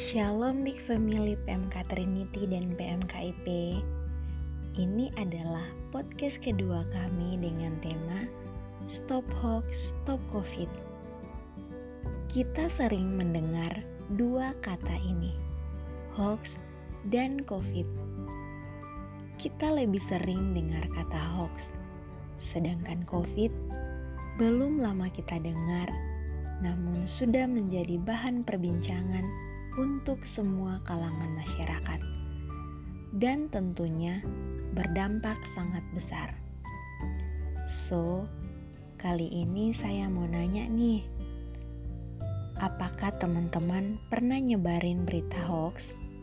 Shalom Big Family PMK Trinity dan PMKIP. Ini adalah podcast kedua kami dengan tema Stop Hoax, Stop Covid. Kita sering mendengar dua kata ini, hoax dan Covid. Kita lebih sering dengar kata hoax, sedangkan Covid belum lama kita dengar, namun sudah menjadi bahan perbincangan untuk semua kalangan masyarakat dan tentunya berdampak sangat besar. So, kali ini saya mau nanya nih, apakah teman-teman pernah nyebarin berita hoax?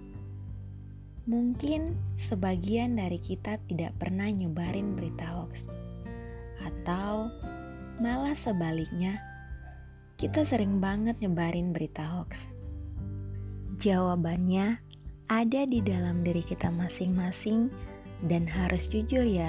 Mungkin sebagian dari kita tidak pernah nyebarin berita hoax, atau malah sebaliknya, kita sering banget nyebarin berita hoax. Jawabannya ada di dalam diri kita masing-masing dan harus jujur ya.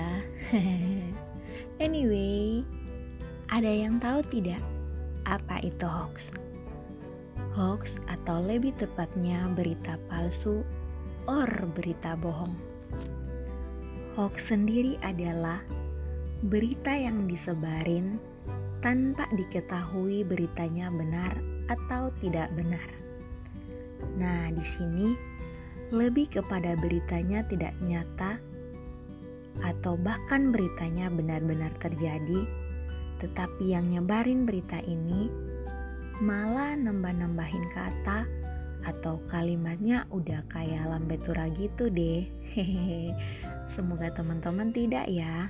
Anyway, ada yang tahu tidak apa itu hoax? Hoax atau lebih tepatnya berita palsu or berita bohong. Hoax sendiri adalah berita yang disebarin tanpa diketahui beritanya benar atau tidak benar. Nah, di sini lebih kepada beritanya tidak nyata atau bahkan beritanya benar-benar terjadi, tetapi yang nyebarin berita ini malah nambah-nambahin kata atau kalimatnya udah kayak lambe tura gitu deh. Semoga teman-teman tidak ya.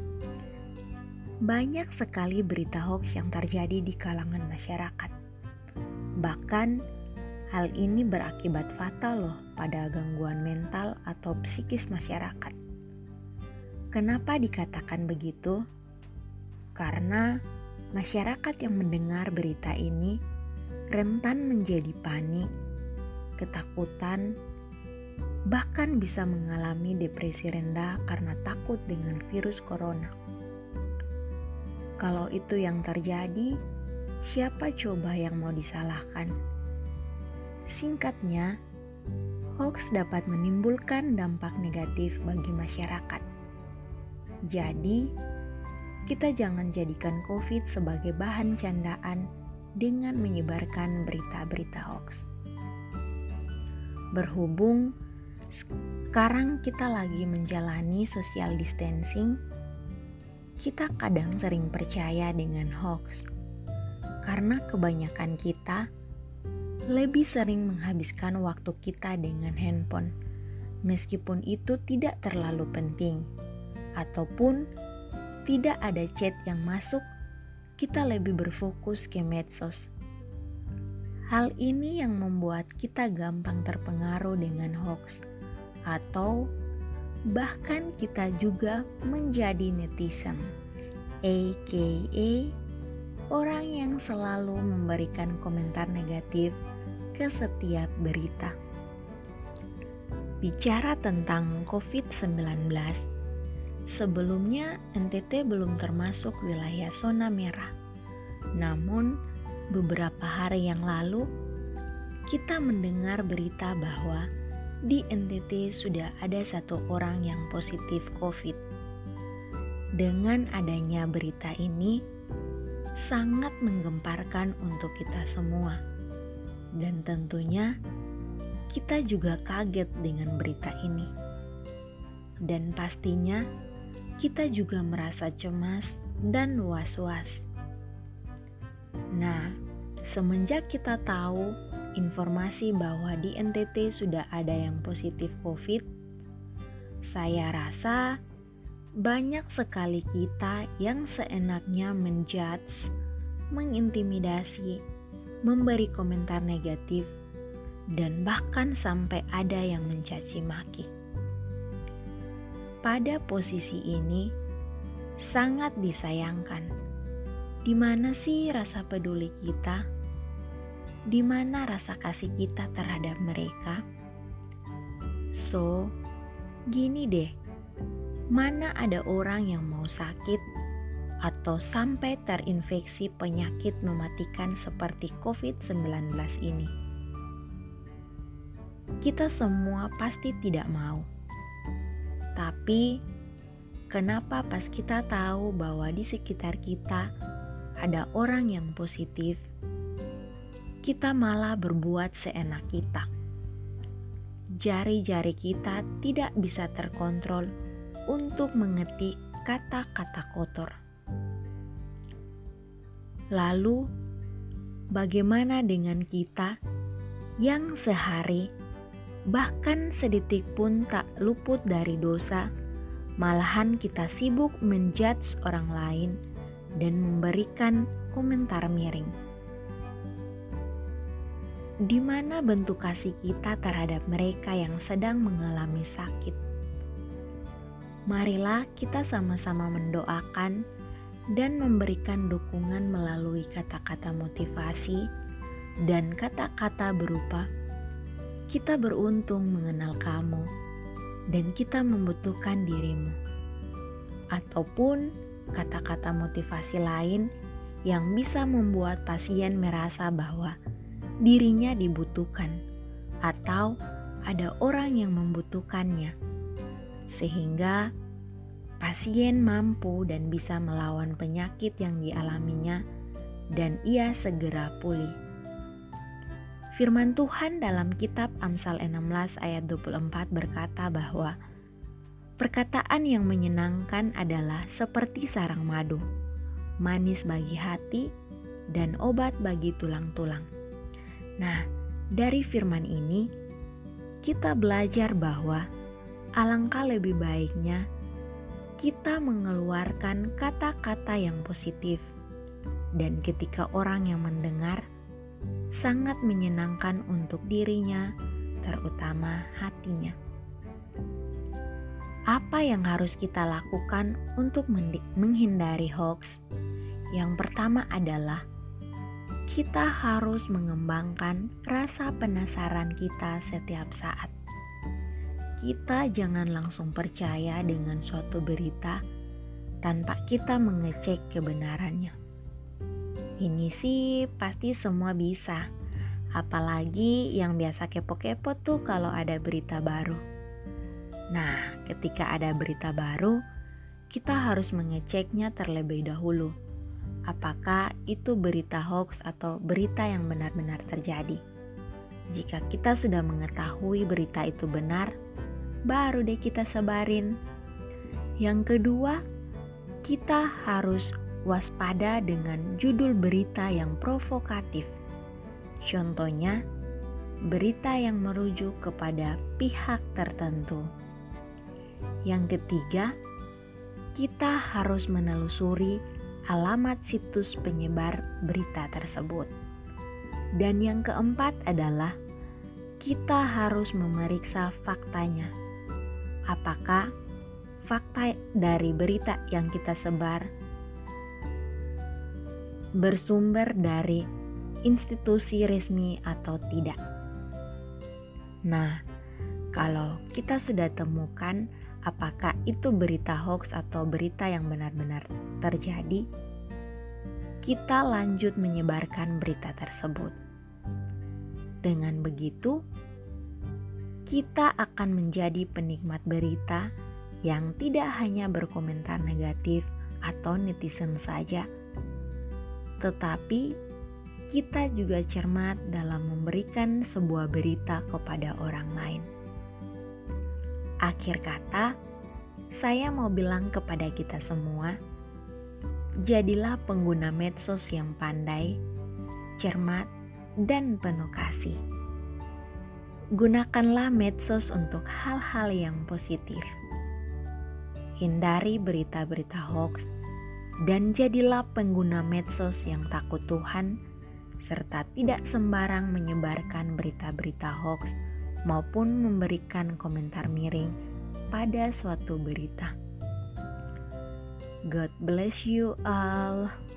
Banyak sekali berita hoax yang terjadi di kalangan masyarakat. Bahkan hal ini berakibat fatal loh pada gangguan mental atau psikis masyarakat. Kenapa dikatakan begitu? Karena masyarakat yang mendengar berita ini rentan menjadi panik, ketakutan, bahkan bisa mengalami depresi rendah karena takut dengan virus corona. Kalau itu yang terjadi, siapa coba yang mau disalahkan? Singkatnya, hoax dapat menimbulkan dampak negatif bagi masyarakat. Jadi, kita jangan jadikan COVID sebagai bahan candaan dengan menyebarkan berita-berita hoax. Berhubung sekarang kita lagi menjalani social distancing, kita kadang sering percaya dengan hoax karena kebanyakan kita lebih sering menghabiskan waktu kita dengan handphone, meskipun itu tidak terlalu penting, ataupun tidak ada chat yang masuk, kita lebih berfokus ke medsos. Hal ini yang membuat kita gampang terpengaruh dengan hoax, atau bahkan kita juga menjadi netizen, aka orang yang selalu memberikan komentar negatif ke setiap berita. Bicara tentang COVID-19, sebelumnya NTT belum termasuk wilayah zona merah. Namun, beberapa hari yang lalu, kita mendengar berita bahwa di NTT sudah ada 1 orang yang positif COVID. Dengan adanya berita ini, sangat menggemparkan untuk kita semua. Dan tentunya kita juga kaget dengan berita ini. Dan pastinya kita juga merasa cemas dan was-was. Nah, semenjak kita tahu informasi bahwa di NTT sudah ada yang positif COVID, saya rasa banyak sekali kita yang seenaknya menjudge, mengintimidasi, memberi komentar negatif, dan bahkan sampai ada yang mencaci maki. Pada posisi ini, sangat disayangkan. Di mana sih rasa peduli kita? Di mana rasa kasih kita terhadap mereka? So, gini deh, mana ada orang yang mau sakit atau sampai terinfeksi penyakit mematikan seperti COVID-19 ini? kita semua pasti tidak mau. Tapi kenapa pas kita tahu bahwa di sekitar kita ada orang yang positif, kita malah berbuat seenak kita? Jari-jari kita tidak bisa terkontrol untuk mengetik kata-kata kotor. Lalu, bagaimana dengan kita yang sehari, bahkan sedetik pun tak luput dari dosa, malahan kita sibuk menjudge orang lain dan memberikan komentar miring? Di mana bentuk kasih kita terhadap mereka yang sedang mengalami sakit? Marilah kita sama-sama mendoakan dan memberikan dukungan melalui kata-kata motivasi dan kata-kata berupa "kita beruntung mengenal kamu" dan "kita membutuhkan dirimu", ataupun kata-kata motivasi lain yang bisa membuat pasien merasa bahwa dirinya dibutuhkan atau ada orang yang membutuhkannya, sehingga pasien mampu dan bisa melawan penyakit yang dialaminya dan ia segera pulih. Firman Tuhan dalam kitab Amsal 16 ayat 24 berkata bahwa perkataan yang menyenangkan adalah seperti sarang madu, manis bagi hati dan obat bagi tulang-tulang. Nah, dari firman ini kita belajar bahwa alangkah lebih baiknya kita mengeluarkan kata-kata yang positif, dan ketika orang yang mendengar sangat menyenangkan untuk dirinya, terutama hatinya. Apa yang harus kita lakukan untuk menghindari hoax? Yang pertama adalah kita harus mengembangkan rasa penasaran kita setiap saat. Kita jangan langsung percaya dengan suatu berita tanpa kita mengecek kebenarannya. Ini sih pasti semua bisa, apalagi yang biasa kepo-kepo tuh kalau ada berita baru. Nah, ketika ada berita baru, kita harus mengeceknya terlebih dahulu. Apakah itu berita hoax atau berita yang benar-benar terjadi? Jika kita sudah mengetahui berita itu benar, baru deh kita sebarin. Yang kedua, kita harus waspada dengan judul berita yang provokatif. Contohnya, berita yang merujuk kepada pihak tertentu. Yang ketiga, kita harus menelusuri alamat situs penyebar berita tersebut. Dan yang keempat adalah kita harus memeriksa faktanya. Apakah fakta dari berita yang kita sebar bersumber dari institusi resmi atau tidak? Nah, kalau kita sudah temukan apakah itu berita hoax atau berita yang benar-benar terjadi, kita lanjut menyebarkan berita tersebut. Dengan begitu, kita akan menjadi penikmat berita yang tidak hanya berkomentar negatif atau netizen saja, tetapi kita juga cermat dalam memberikan sebuah berita kepada orang lain. Akhir kata, saya mau bilang kepada kita semua, jadilah pengguna medsos yang pandai, cermat, dan penuh kasih. Gunakanlah medsos untuk hal-hal yang positif. Hindari berita-berita hoax, dan jadilah pengguna medsos yang takut Tuhan, serta tidak sembarang menyebarkan berita-berita hoax maupun memberikan komentar miring pada suatu berita. God bless you all.